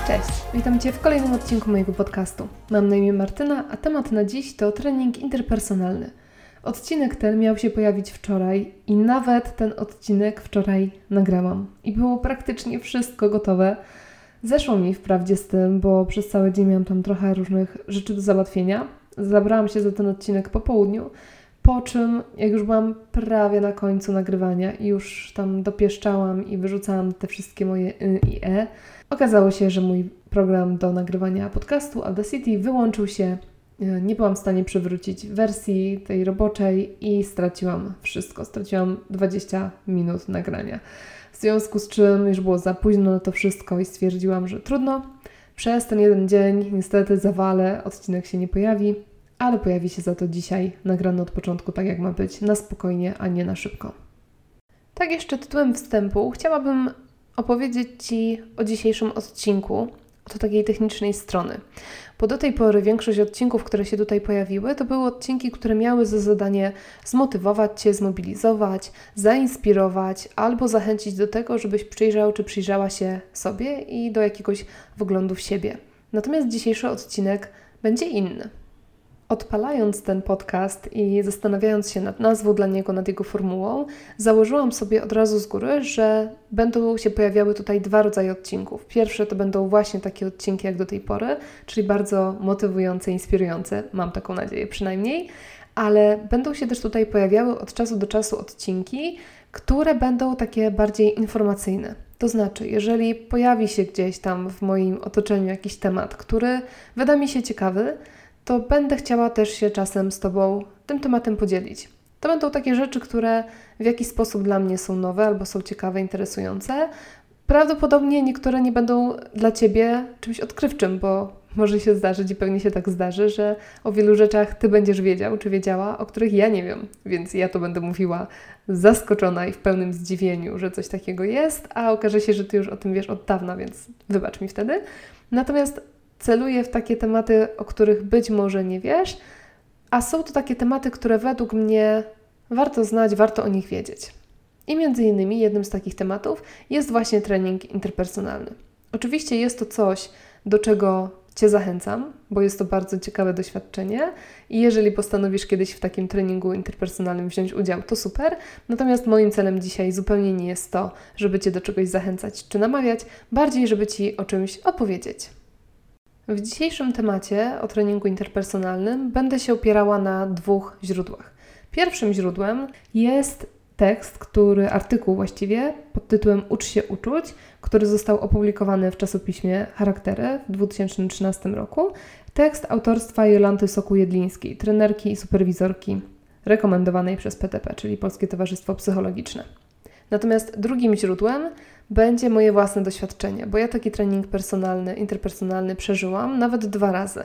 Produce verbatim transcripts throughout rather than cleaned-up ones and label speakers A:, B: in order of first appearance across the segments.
A: Cześć, witam Cię w kolejnym odcinku mojego podcastu. Mam na imię Martyna, a temat na dziś to trening interpersonalny. Odcinek ten miał się pojawić wczoraj i nawet ten odcinek wczoraj nagrałam. I było praktycznie wszystko gotowe. Zeszło mi wprawdzie z tym, bo przez cały dzień miałam tam trochę różnych rzeczy do załatwienia. Zabrałam się za ten odcinek po południu, po czym jak już byłam prawie na końcu nagrywania i już tam dopieszczałam i wyrzucałam te wszystkie moje y i e, okazało się, że mój program do nagrywania podcastu Audacity wyłączył się. Nie byłam w stanie przywrócić wersji tej roboczej i straciłam wszystko. Straciłam dwadzieścia minut nagrania. W związku z czym już było za późno na to wszystko i stwierdziłam, że trudno. Przez ten jeden dzień niestety zawalę, odcinek się nie pojawi, ale pojawi się za to dzisiaj nagrany od początku, tak jak ma być, na spokojnie, a nie na szybko. Tak jeszcze tytułem wstępu chciałabym opowiedzieć Ci o dzisiejszym odcinku, od takiej technicznej strony. Bo do tej pory większość odcinków, które się tutaj pojawiły, to były odcinki, które miały za zadanie zmotywować Cię, zmobilizować, zainspirować albo zachęcić do tego, żebyś przyjrzał czy przyjrzała się sobie i do jakiegoś wglądu w siebie. Natomiast dzisiejszy odcinek będzie inny. Odpalając ten podcast i zastanawiając się nad nazwą dla niego, nad jego formułą, założyłam sobie od razu z góry, że będą się pojawiały tutaj dwa rodzaje odcinków. Pierwsze to będą właśnie takie odcinki jak do tej pory, czyli bardzo motywujące, inspirujące, mam taką nadzieję przynajmniej, ale będą się też tutaj pojawiały od czasu do czasu odcinki, które będą takie bardziej informacyjne. To znaczy, jeżeli pojawi się gdzieś tam w moim otoczeniu jakiś temat, który wyda mi się ciekawy, to będę chciała też się czasem z Tobą tym tematem podzielić. To będą takie rzeczy, które w jakiś sposób dla mnie są nowe albo są ciekawe, interesujące. Prawdopodobnie niektóre nie będą dla Ciebie czymś odkrywczym, bo może się zdarzyć i pewnie się tak zdarzy, że o wielu rzeczach Ty będziesz wiedział czy wiedziała, o których ja nie wiem. Więc ja to będę mówiła zaskoczona i w pełnym zdziwieniu, że coś takiego jest, a okaże się, że Ty już o tym wiesz od dawna, więc wybacz mi wtedy. Natomiast celuję w takie tematy, o których być może nie wiesz, a są to takie tematy, które według mnie warto znać, warto o nich wiedzieć. I między innymi jednym z takich tematów jest właśnie trening interpersonalny. Oczywiście jest to coś, do czego Cię zachęcam, bo jest to bardzo ciekawe doświadczenie i jeżeli postanowisz kiedyś w takim treningu interpersonalnym wziąć udział, to super. Natomiast moim celem dzisiaj zupełnie nie jest to, żeby Cię do czegoś zachęcać czy namawiać, bardziej żeby Ci o czymś opowiedzieć. W dzisiejszym temacie o treningu interpersonalnym będę się opierała na dwóch źródłach. Pierwszym źródłem jest tekst, który, artykuł właściwie pod tytułem Ucz się uczuć, który został opublikowany w czasopiśmie Charaktery w dwa tysiące trzynastym roku. Tekst autorstwa Jolanty Soku-Jedlińskiej, trenerki i superwizorki rekomendowanej przez P T P, czyli Polskie Towarzystwo Psychologiczne. Natomiast drugim źródłem będzie moje własne doświadczenie, bo ja taki trening personalny, interpersonalny przeżyłam nawet dwa razy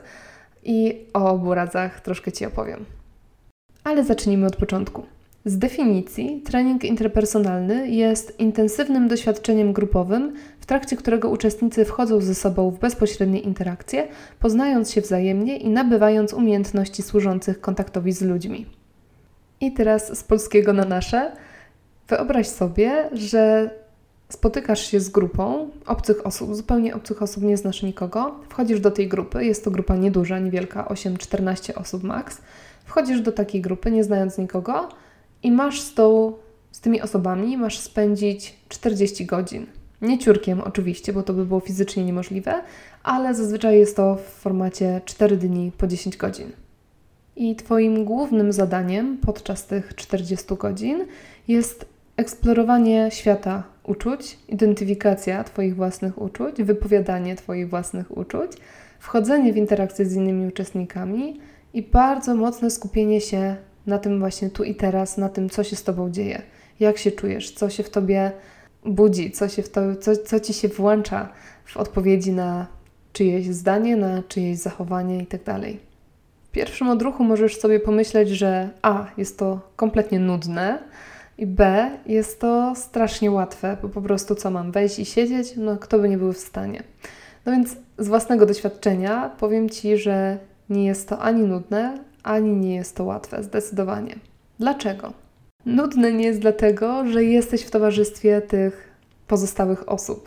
A: i o obu razach troszkę Ci opowiem. Ale zacznijmy od początku. Z definicji trening interpersonalny jest intensywnym doświadczeniem grupowym, w trakcie którego uczestnicy wchodzą ze sobą w bezpośrednie interakcje, poznając się wzajemnie i nabywając umiejętności służących kontaktowi z ludźmi. I teraz z polskiego na nasze. Wyobraź sobie, że spotykasz się z grupą obcych osób, zupełnie obcych osób, nie znasz nikogo, wchodzisz do tej grupy, jest to grupa nieduża, niewielka, osiem czternaście osób max, wchodzisz do takiej grupy, nie znając nikogo i masz z, tą, z tymi osobami, masz spędzić czterdzieści godzin. Nie ciurkiem oczywiście, bo to by było fizycznie niemożliwe, ale zazwyczaj jest to w formacie cztery dni po dziesięć godzin. I Twoim głównym zadaniem podczas tych czterdziestu godzin jest eksplorowanie świata uczuć, identyfikacja Twoich własnych uczuć, wypowiadanie Twoich własnych uczuć, wchodzenie w interakcję z innymi uczestnikami i bardzo mocne skupienie się na tym właśnie tu i teraz, na tym, co się z Tobą dzieje, jak się czujesz, co się w Tobie budzi, co, się w to, co, co Ci się włącza w odpowiedzi na czyjeś zdanie, na czyjeś zachowanie itd. W pierwszym odruchu możesz sobie pomyśleć, że a, jest to kompletnie nudne, i B, jest to strasznie łatwe, bo po prostu co mam, wejść i siedzieć? No kto by nie był w stanie. No więc z własnego doświadczenia powiem Ci, że nie jest to ani nudne, ani nie jest to łatwe, zdecydowanie. Dlaczego? Nudne nie jest dlatego, że jesteś w towarzystwie tych pozostałych osób.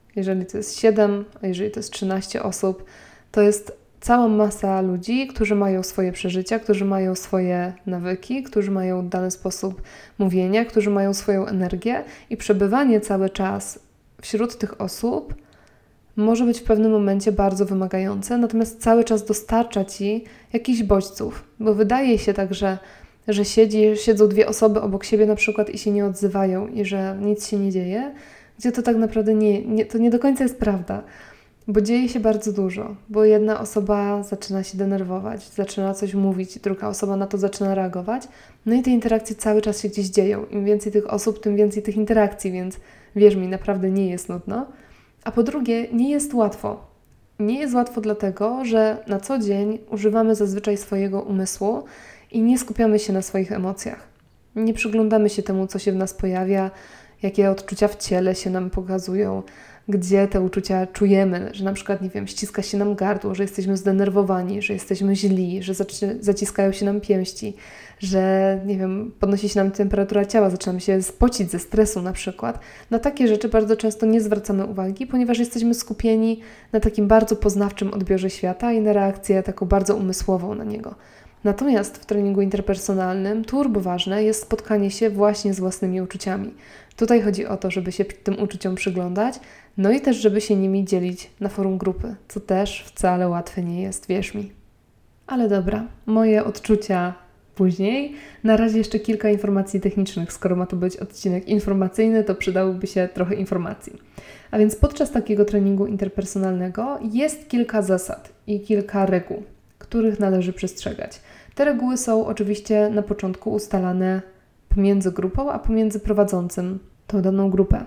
A: jeżeli to jest siedem, a jeżeli to jest trzynaście osób, to jest cała masa ludzi, którzy mają swoje przeżycia, którzy mają swoje nawyki, którzy mają dany sposób mówienia, którzy mają swoją energię i przebywanie cały czas wśród tych osób może być w pewnym momencie bardzo wymagające, natomiast cały czas dostarcza Ci jakichś bodźców, bo wydaje się tak, że, że siedzi, siedzą dwie osoby obok siebie na przykład i się nie odzywają i że nic się nie dzieje, gdzie to tak naprawdę nie, nie, to nie do końca jest prawda. Bo dzieje się bardzo dużo, bo jedna osoba zaczyna się denerwować, zaczyna coś mówić, druga osoba na to zaczyna reagować, no i te interakcje cały czas się gdzieś dzieją. Im więcej tych osób, tym więcej tych interakcji, więc wierz mi, naprawdę nie jest nudno. A po drugie, nie jest łatwo. Nie jest łatwo dlatego, że na co dzień używamy zazwyczaj swojego umysłu i nie skupiamy się na swoich emocjach. Nie przyglądamy się temu, co się w nas pojawia, jakie odczucia w ciele się nam pokazują, gdzie te uczucia czujemy, że na przykład, nie wiem, ściska się nam gardło, że jesteśmy zdenerwowani, że jesteśmy źli, że zaczy- zaciskają się nam pięści, że, nie wiem, podnosi się nam temperatura ciała, zaczynamy się spocić ze stresu na przykład. Na takie rzeczy bardzo często nie zwracamy uwagi, ponieważ jesteśmy skupieni na takim bardzo poznawczym odbiorze świata i na reakcję taką bardzo umysłową na niego. Natomiast w treningu interpersonalnym turbo ważne jest spotkanie się właśnie z własnymi uczuciami. Tutaj chodzi o to, żeby się tym uczuciom przyglądać, no i też, żeby się nimi dzielić na forum grupy, co też wcale łatwe nie jest, wierz mi. Ale dobra, moje odczucia później. Na razie jeszcze kilka informacji technicznych. Skoro ma to być odcinek informacyjny, to przydałoby się trochę informacji. A więc podczas takiego treningu interpersonalnego jest kilka zasad i kilka reguł, których należy przestrzegać. Te reguły są oczywiście na początku ustalane pomiędzy grupą, a pomiędzy prowadzącym tą daną grupę.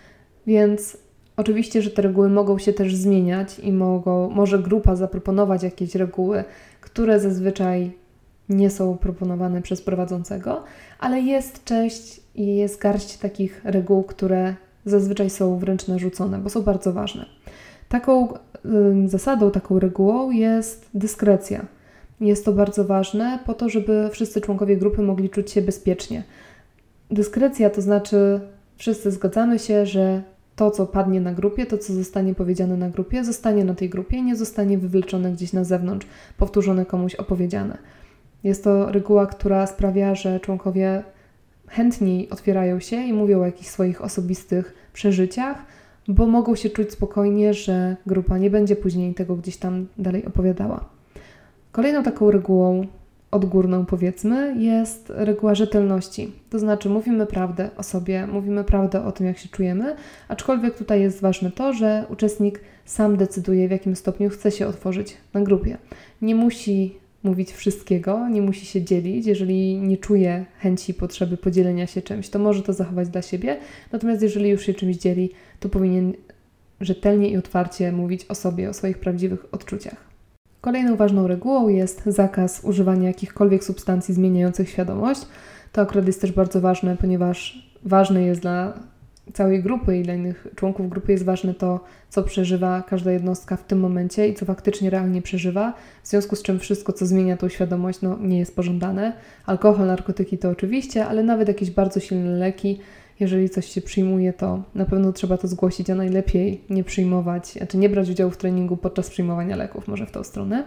A: Więc oczywiście, że te reguły mogą się też zmieniać i mogą, może grupa zaproponować jakieś reguły, które zazwyczaj nie są proponowane przez prowadzącego, ale jest część i jest garść takich reguł, które zazwyczaj są wręcz narzucone, bo są bardzo ważne. Taką y, zasadą, taką regułą jest dyskrecja. Jest to bardzo ważne po to, żeby wszyscy członkowie grupy mogli czuć się bezpiecznie. Dyskrecja to znaczy, wszyscy zgadzamy się, że to, co padnie na grupie, to, co zostanie powiedziane na grupie, zostanie na tej grupie i nie zostanie wywleczone gdzieś na zewnątrz, powtórzone komuś opowiedziane. Jest to reguła, która sprawia, że członkowie chętniej otwierają się i mówią o jakichś swoich osobistych przeżyciach, bo mogą się czuć spokojnie, że grupa nie będzie później tego gdzieś tam dalej opowiadała. Kolejną taką regułą odgórną, powiedzmy, jest reguła rzetelności. To znaczy mówimy prawdę o sobie, mówimy prawdę o tym, jak się czujemy, aczkolwiek tutaj jest ważne to, że uczestnik sam decyduje, w jakim stopniu chce się otworzyć na grupie. Nie musi mówić wszystkiego, nie musi się dzielić. Jeżeli nie czuje chęci, potrzeby podzielenia się czymś, to może to zachować dla siebie. Natomiast jeżeli już się czymś dzieli, to powinien rzetelnie i otwarcie mówić o sobie, o swoich prawdziwych odczuciach. Kolejną ważną regułą jest zakaz używania jakichkolwiek substancji zmieniających świadomość. To akurat jest też bardzo ważne, ponieważ ważne jest dla całej grupy i dla innych członków grupy jest ważne to, co przeżywa każda jednostka w tym momencie i co faktycznie realnie przeżywa, w związku z czym wszystko, co zmienia tą świadomość, no, nie jest pożądane. Alkohol, narkotyki to oczywiście, ale nawet jakieś bardzo silne leki, jeżeli coś się przyjmuje, to na pewno trzeba to zgłosić, a najlepiej nie przyjmować, znaczy nie brać udziału w treningu podczas przyjmowania leków, może w tą stronę.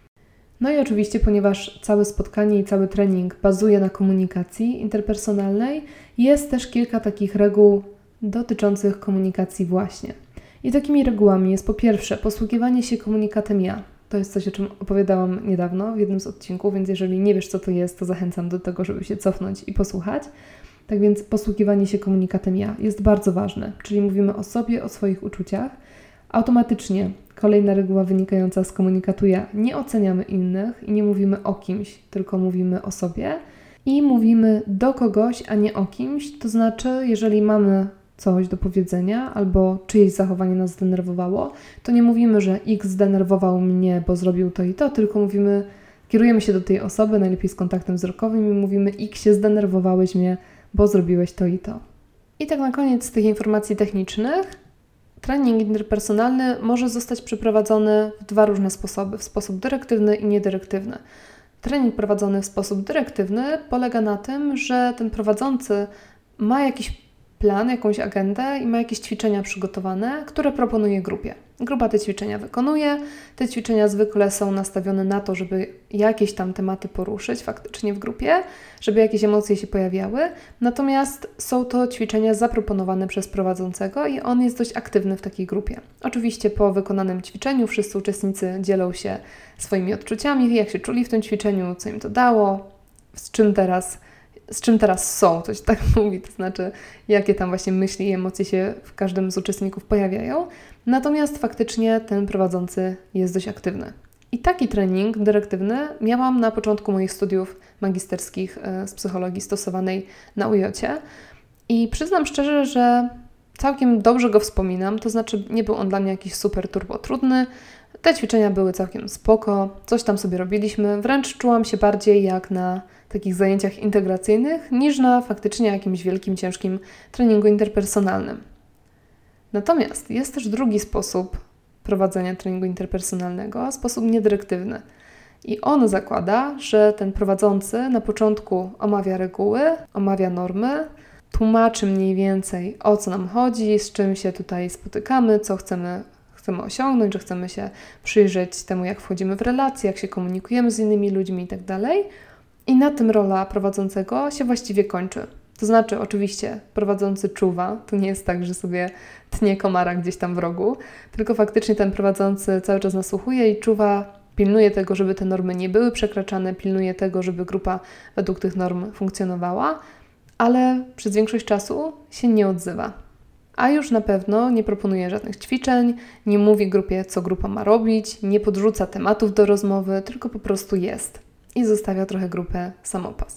A: No i oczywiście, ponieważ całe spotkanie i cały trening bazuje na komunikacji interpersonalnej, jest też kilka takich reguł dotyczących komunikacji właśnie. I takimi regułami jest po pierwsze posługiwanie się komunikatem ja. To jest coś, o czym opowiadałam niedawno w jednym z odcinków, więc jeżeli nie wiesz, co to jest, to zachęcam do tego, żeby się cofnąć i posłuchać. Tak więc posługiwanie się komunikatem ja jest bardzo ważne, czyli mówimy o sobie, o swoich uczuciach. Automatycznie kolejna reguła wynikająca z komunikatu ja. Nie oceniamy innych i nie mówimy o kimś, tylko mówimy o sobie i mówimy do kogoś, a nie o kimś. To znaczy, jeżeli mamy coś do powiedzenia albo czyjeś zachowanie nas zdenerwowało, to nie mówimy, że X zdenerwował mnie, bo zrobił to i to, tylko mówimy, kierujemy się do tej osoby, najlepiej z kontaktem wzrokowym i mówimy X się zdenerwowałeś mnie, bo zrobiłeś to i to. I tak na koniec z tych informacji technicznych, trening interpersonalny może zostać przeprowadzony w dwa różne sposoby, w sposób dyrektywny i niedyrektywny. Trening prowadzony w sposób dyrektywny polega na tym, że ten prowadzący ma jakiś plan, jakąś agendę i ma jakieś ćwiczenia przygotowane, które proponuje grupie. Grupa te ćwiczenia wykonuje. Te ćwiczenia zwykle są nastawione na to, żeby jakieś tam tematy poruszyć faktycznie w grupie, żeby jakieś emocje się pojawiały. Natomiast są to ćwiczenia zaproponowane przez prowadzącego i on jest dość aktywny w takiej grupie. Oczywiście po wykonanym ćwiczeniu wszyscy uczestnicy dzielą się swoimi odczuciami, jak się czuli w tym ćwiczeniu, co im to dało, z czym teraz z czym teraz są, to się tak mówi, to znaczy jakie tam właśnie myśli i emocje się w każdym z uczestników pojawiają. Natomiast faktycznie ten prowadzący jest dość aktywny. I taki trening dyrektywny miałam na początku moich studiów magisterskich z psychologii stosowanej na U J cie i przyznam szczerze, że całkiem dobrze go wspominam, to znaczy nie był on dla mnie jakiś super turbo trudny. Te ćwiczenia były całkiem spoko, coś tam sobie robiliśmy, wręcz czułam się bardziej jak na takich zajęciach integracyjnych, niż na faktycznie jakimś wielkim, ciężkim treningu interpersonalnym. Natomiast jest też drugi sposób prowadzenia treningu interpersonalnego, sposób niedyrektywny. I on zakłada, że ten prowadzący na początku omawia reguły, omawia normy, tłumaczy mniej więcej, o co nam chodzi, z czym się tutaj spotykamy, co chcemy chcemy osiągnąć, że chcemy się przyjrzeć temu, jak wchodzimy w relacje, jak się komunikujemy z innymi ludźmi i tak dalej. I na tym rola prowadzącego się właściwie kończy. To znaczy, oczywiście, prowadzący czuwa. To nie jest tak, że sobie tnie komara gdzieś tam w rogu, tylko faktycznie ten prowadzący cały czas nasłuchuje i czuwa, pilnuje tego, żeby te normy nie były przekraczane, pilnuje tego, żeby grupa według tych norm funkcjonowała, ale przez większość czasu się nie odzywa. A już na pewno nie proponuje żadnych ćwiczeń, nie mówi grupie, co grupa ma robić, nie podrzuca tematów do rozmowy, tylko po prostu jest i zostawia trochę grupę samopas.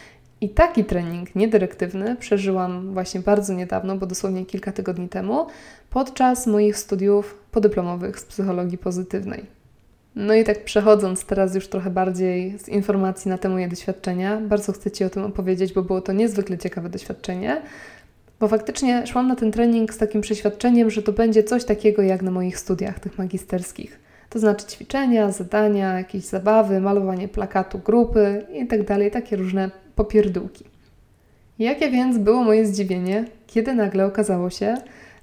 A: I taki trening niedyrektywny przeżyłam właśnie bardzo niedawno, bo dosłownie kilka tygodni temu, podczas moich studiów podyplomowych z psychologii pozytywnej. No i tak przechodząc teraz już trochę bardziej z informacji na te moje doświadczenia, bardzo chcę Ci o tym opowiedzieć, bo było to niezwykle ciekawe doświadczenie, bo faktycznie szłam na ten trening z takim przeświadczeniem, że to będzie coś takiego jak na moich studiach, tych magisterskich. To znaczy ćwiczenia, zadania, jakieś zabawy, malowanie plakatu grupy i tak dalej, takie różne popierdółki. Jakie więc było moje zdziwienie, kiedy nagle okazało się,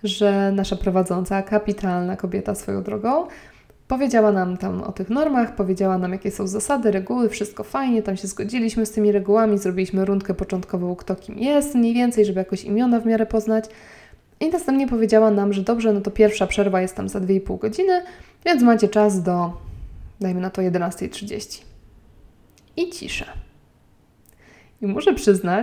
A: że nasza prowadząca, kapitalna kobieta swoją drogą, powiedziała nam tam o tych normach, powiedziała nam, jakie są zasady, reguły, wszystko fajnie, tam się zgodziliśmy z tymi regułami, zrobiliśmy rundkę początkową, kto kim jest, mniej więcej, żeby jakoś imiona w miarę poznać. I następnie powiedziała nam, że dobrze, no to pierwsza przerwa jest tam za dwie i pół godziny, więc macie czas do, dajmy na to, jedenasta trzydzieści. I cisza. I muszę przyznać,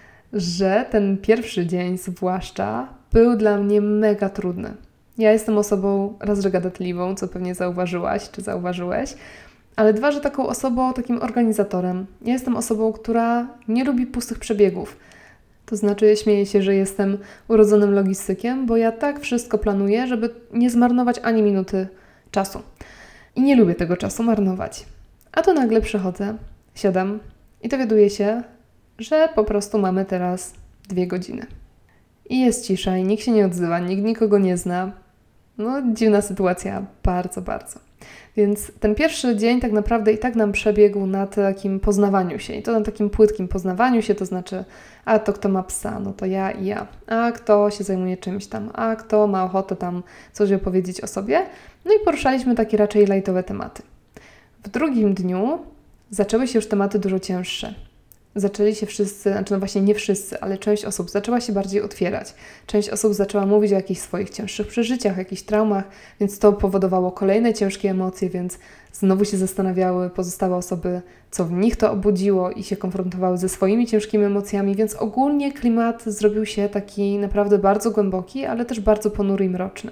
A: że ten pierwszy dzień zwłaszcza był dla mnie mega trudny. Ja jestem osobą raz, że gadatliwą, co pewnie zauważyłaś, czy zauważyłeś, ale dwa, że taką osobą, takim organizatorem. Ja jestem osobą, która nie lubi pustych przebiegów. To znaczy, śmieję się, że jestem urodzonym logistykiem, bo ja tak wszystko planuję, żeby nie zmarnować ani minuty czasu. I nie lubię tego czasu marnować. A to nagle przychodzę, siadam i dowiaduję się, że po prostu mamy teraz dwie godziny. I jest cisza i nikt się nie odzywa, nikt nikogo nie zna. No, dziwna sytuacja, bardzo, bardzo. Więc ten pierwszy dzień tak naprawdę i tak nam przebiegł na takim poznawaniu się. I to na takim płytkim poznawaniu się, to znaczy, a to kto ma psa, no to ja i ja. A kto się zajmuje czymś tam, a kto ma ochotę tam coś opowiedzieć o sobie. No i poruszaliśmy takie raczej lajtowe tematy. W drugim dniu zaczęły się już tematy dużo cięższe. Zaczęli się wszyscy, znaczy no właśnie nie wszyscy, ale część osób zaczęła się bardziej otwierać. Część osób zaczęła mówić o jakichś swoich cięższych przeżyciach, jakichś traumach, więc to powodowało kolejne ciężkie emocje, więc znowu się zastanawiały pozostałe osoby, co w nich to obudziło i się konfrontowały ze swoimi ciężkimi emocjami, więc ogólnie klimat zrobił się taki naprawdę bardzo głęboki, ale też bardzo ponury i mroczny.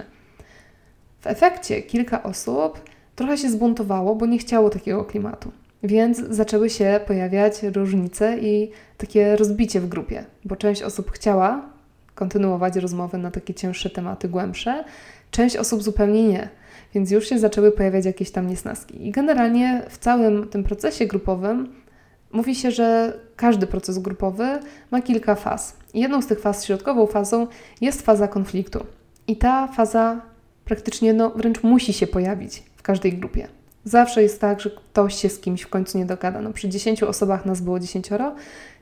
A: W efekcie kilka osób trochę się zbuntowało, bo nie chciało takiego klimatu. Więc zaczęły się pojawiać różnice i takie rozbicie w grupie, bo część osób chciała kontynuować rozmowy na takie cięższe tematy, głębsze, część osób zupełnie nie, więc już się zaczęły pojawiać jakieś tam niesnaski. I generalnie w całym tym procesie grupowym mówi się, że każdy proces grupowy ma kilka faz. I jedną z tych faz, środkową fazą, jest faza konfliktu. I ta faza praktycznie no, wręcz musi się pojawić w każdej grupie. Zawsze jest tak, że ktoś się z kimś w końcu nie dogada. No, przy dziesięciu osobach nas było dziesięcioro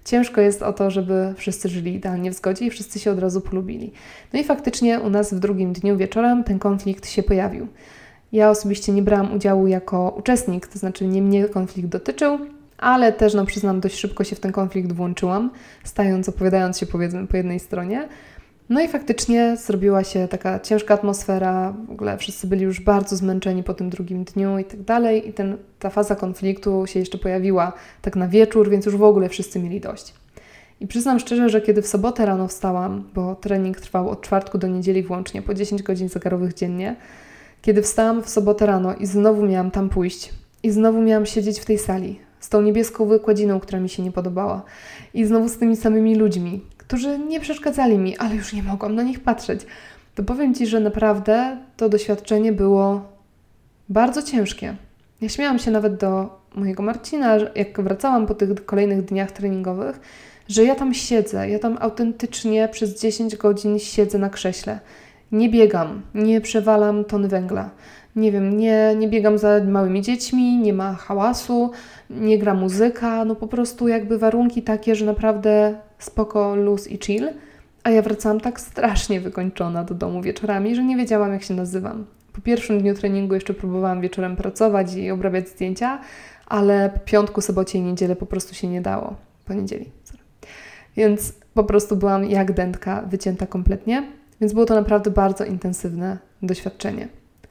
A: ciężko jest o to, żeby wszyscy żyli idealnie w zgodzie i wszyscy się od razu polubili. No i faktycznie u nas w drugim dniu wieczorem ten konflikt się pojawił. Ja osobiście nie brałam udziału jako uczestnik, to znaczy nie mnie konflikt dotyczył, ale też, no przyznam, dość szybko się w ten konflikt włączyłam, stając, opowiadając się powiedzmy po jednej stronie. No i faktycznie zrobiła się taka ciężka atmosfera, w ogóle wszyscy byli już bardzo zmęczeni po tym drugim dniu i tak dalej i ten, ta faza konfliktu się jeszcze pojawiła tak na wieczór, więc już w ogóle wszyscy mieli dość. I przyznam szczerze, że kiedy w sobotę rano wstałam, bo trening trwał od czwartku do niedzieli włącznie, po dziesięć godzin zegarowych dziennie, kiedy wstałam w sobotę rano i znowu miałam tam pójść i znowu miałam siedzieć w tej sali z tą niebieską wykładziną, która mi się nie podobała i znowu z tymi samymi ludźmi, którzy nie przeszkadzali mi, ale już nie mogłam na nich patrzeć, to powiem Ci, że naprawdę to doświadczenie było bardzo ciężkie. Ja śmiałam się nawet do mojego Marcina, jak wracałam po tych kolejnych dniach treningowych, że ja tam siedzę, ja tam autentycznie przez dziesięć godzin siedzę na krześle. Nie biegam, nie przewalam tony węgla. Nie wiem, nie, nie biegam za małymi dziećmi, nie ma hałasu, nie gra muzyka, no po prostu jakby warunki takie, że naprawdę spoko, luz i chill, a ja wracałam tak strasznie wykończona do domu wieczorami, że nie wiedziałam, jak się nazywam. Po pierwszym dniu treningu jeszcze próbowałam wieczorem pracować i obrabiać zdjęcia, ale po piątku, sobocie i niedzielę po prostu się nie dało. Po niedzieli, sorry. Więc po prostu byłam jak dętka, wycięta kompletnie, więc było to naprawdę bardzo intensywne doświadczenie.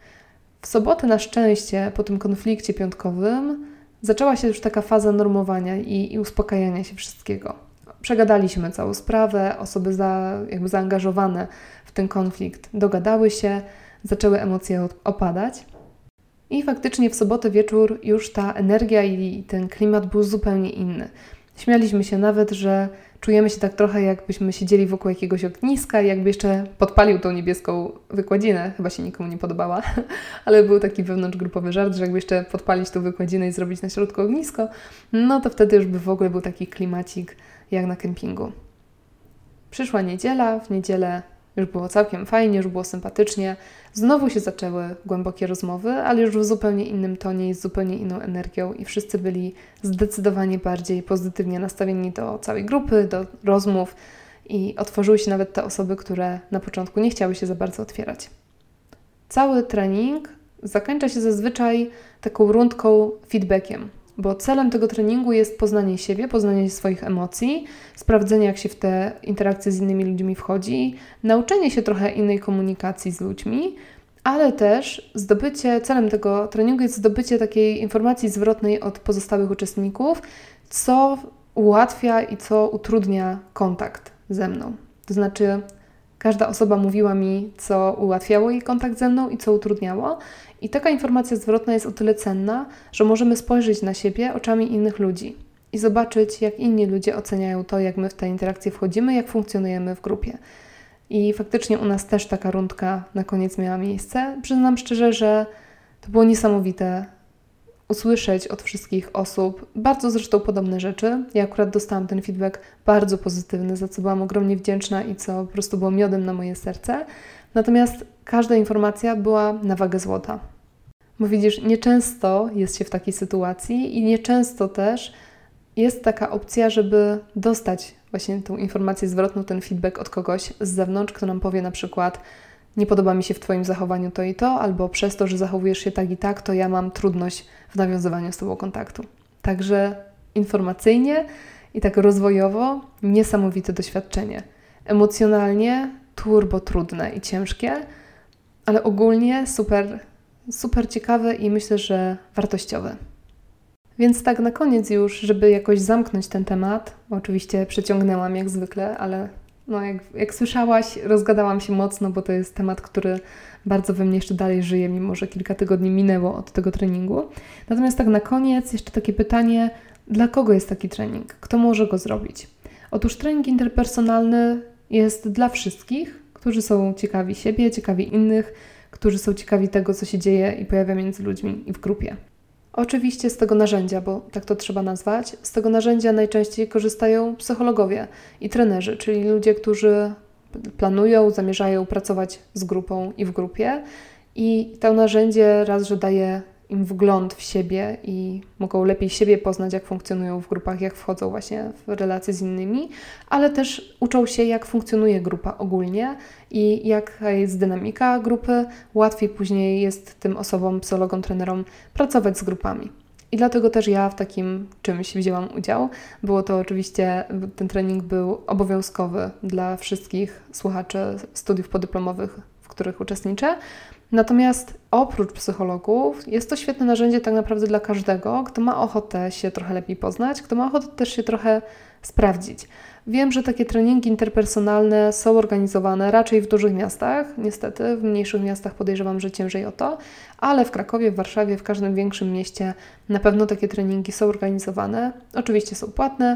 A: W sobotę na szczęście, po tym konflikcie piątkowym, zaczęła się już taka faza normowania i, i uspokajania się wszystkiego. Przegadaliśmy całą sprawę, osoby za, jakby zaangażowane w ten konflikt dogadały się, zaczęły emocje opadać. I faktycznie w sobotę wieczór już ta energia i ten klimat był zupełnie inny. Śmialiśmy się nawet, że czujemy się tak trochę, jakbyśmy siedzieli wokół jakiegoś ogniska i jakby jeszcze podpalił tą niebieską wykładzinę. Chyba się nikomu nie podobała, ale był taki wewnątrzgrupowy żart, że jakby jeszcze podpalić tą wykładzinę i zrobić na środku ognisko, no to wtedy już by w ogóle był taki klimacik jak na kempingu. Przyszła niedziela, w niedzielę już było całkiem fajnie, już było sympatycznie. Znowu się zaczęły głębokie rozmowy, ale już w zupełnie innym tonie i z zupełnie inną energią i wszyscy byli zdecydowanie bardziej pozytywnie nastawieni do całej grupy, do rozmów i otworzyły się nawet te osoby, które na początku nie chciały się za bardzo otwierać. Cały trening zakończa się zazwyczaj taką rundką feedbackiem, bo celem tego treningu jest poznanie siebie, poznanie swoich emocji, sprawdzenie, jak się w te interakcje z innymi ludźmi wchodzi, nauczenie się trochę innej komunikacji z ludźmi, ale też zdobycie, celem tego treningu jest zdobycie takiej informacji zwrotnej od pozostałych uczestników, co ułatwia i co utrudnia kontakt ze mną. To znaczy, każda osoba mówiła mi, co ułatwiało jej kontakt ze mną i co utrudniało. I taka informacja zwrotna jest o tyle cenna, że możemy spojrzeć na siebie oczami innych ludzi i zobaczyć, jak inni ludzie oceniają to, jak my w te interakcje wchodzimy, jak funkcjonujemy w grupie. I faktycznie u nas też taka rundka na koniec miała miejsce. Przyznam szczerze, że to było niesamowite usłyszeć od wszystkich osób bardzo zresztą podobne rzeczy. Ja akurat dostałam ten feedback bardzo pozytywny, za co byłam ogromnie wdzięczna i co po prostu było miodem na moje serce. Natomiast każda informacja była na wagę złota. Bo widzisz, nieczęsto jest się w takiej sytuacji i nieczęsto też jest taka opcja, żeby dostać właśnie tą informację zwrotną, ten feedback od kogoś z zewnątrz, kto nam powie na przykład: nie podoba mi się w Twoim zachowaniu to i to, albo przez to, że zachowujesz się tak i tak, to ja mam trudność w nawiązywaniu z Tobą kontaktu. Także informacyjnie i tak rozwojowo niesamowite doświadczenie. Emocjonalnie turbo trudne i ciężkie, ale ogólnie super, super ciekawe i myślę, że wartościowe. Więc tak na koniec już, żeby jakoś zamknąć ten temat, bo oczywiście przeciągnęłam jak zwykle, ale no jak, jak słyszałaś, rozgadałam się mocno, bo to jest temat, który bardzo we mnie jeszcze dalej żyje, mimo że kilka tygodni minęło od tego treningu. Natomiast tak na koniec jeszcze takie pytanie, dla kogo jest taki trening? Kto może go zrobić? Otóż trening interpersonalny jest dla wszystkich, którzy są ciekawi siebie, ciekawi innych, którzy są ciekawi tego, co się dzieje i pojawia między ludźmi i w grupie. Oczywiście z tego narzędzia, bo tak to trzeba nazwać, z tego narzędzia najczęściej korzystają psychologowie i trenerzy, czyli ludzie, którzy planują, zamierzają pracować z grupą i w grupie. I to narzędzie raz, że daje im wgląd w siebie i mogą lepiej siebie poznać, jak funkcjonują w grupach, jak wchodzą właśnie w relacje z innymi, ale też uczą się, jak funkcjonuje grupa ogólnie i jaka jest dynamika grupy. Łatwiej później jest tym osobom, psychologom, trenerom pracować z grupami. I dlatego też ja w takim czymś wzięłam udział. Było to oczywiście, ten trening był obowiązkowy dla wszystkich słuchaczy studiów podyplomowych, w których uczestniczę. Natomiast oprócz psychologów jest to świetne narzędzie tak naprawdę dla każdego, kto ma ochotę się trochę lepiej poznać, kto ma ochotę też się trochę sprawdzić. Wiem, że takie treningi interpersonalne są organizowane raczej w dużych miastach, niestety, w mniejszych miastach podejrzewam, że ciężej o to, ale w Krakowie, w Warszawie, w każdym większym mieście na pewno takie treningi są organizowane. Oczywiście są płatne,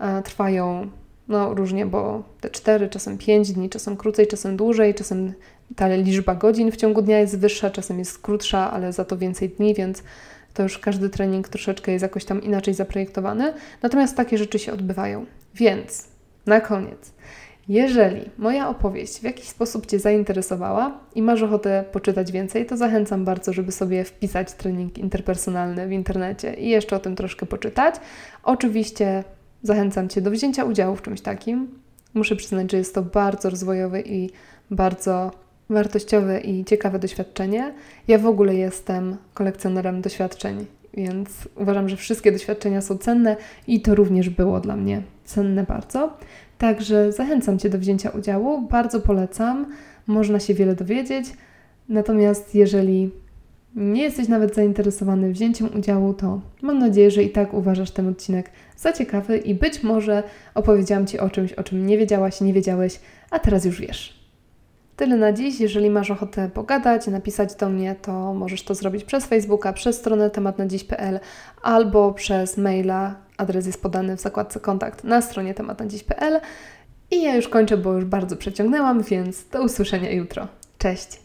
A: trwają no różnie, bo te cztery, czasem pięć dni, czasem krócej, czasem dłużej, czasem ta liczba godzin w ciągu dnia jest wyższa, czasem jest krótsza, ale za to więcej dni, więc to już każdy trening troszeczkę jest jakoś tam inaczej zaprojektowany. Natomiast takie rzeczy się odbywają. Więc na koniec, jeżeli moja opowieść w jakiś sposób Cię zainteresowała i masz ochotę poczytać więcej, to zachęcam bardzo, żeby sobie wpisać trening interpersonalny w internecie i jeszcze o tym troszkę poczytać. Oczywiście zachęcam Cię do wzięcia udziału w czymś takim. Muszę przyznać, że jest to bardzo rozwojowe i bardzo wartościowe i ciekawe doświadczenie. Ja w ogóle jestem kolekcjonerem doświadczeń, więc uważam, że wszystkie doświadczenia są cenne i to również było dla mnie cenne bardzo. Także zachęcam Cię do wzięcia udziału, bardzo polecam, można się wiele dowiedzieć. Natomiast jeżeli nie jesteś nawet zainteresowany wzięciem udziału, to mam nadzieję, że i tak uważasz ten odcinek za ciekawy i być może opowiedziałam Ci o czymś, o czym nie wiedziałaś, nie wiedziałeś, a teraz już wiesz. Tyle na dziś. Jeżeli masz ochotę pogadać, napisać do mnie, to możesz to zrobić przez Facebooka, przez stronę temat na dziś kropka p l albo przez maila. Adres jest podany w zakładce kontakt na stronie temat na dziś kropka p l. I ja już kończę, bo już bardzo przeciągnęłam, więc do usłyszenia jutro. Cześć!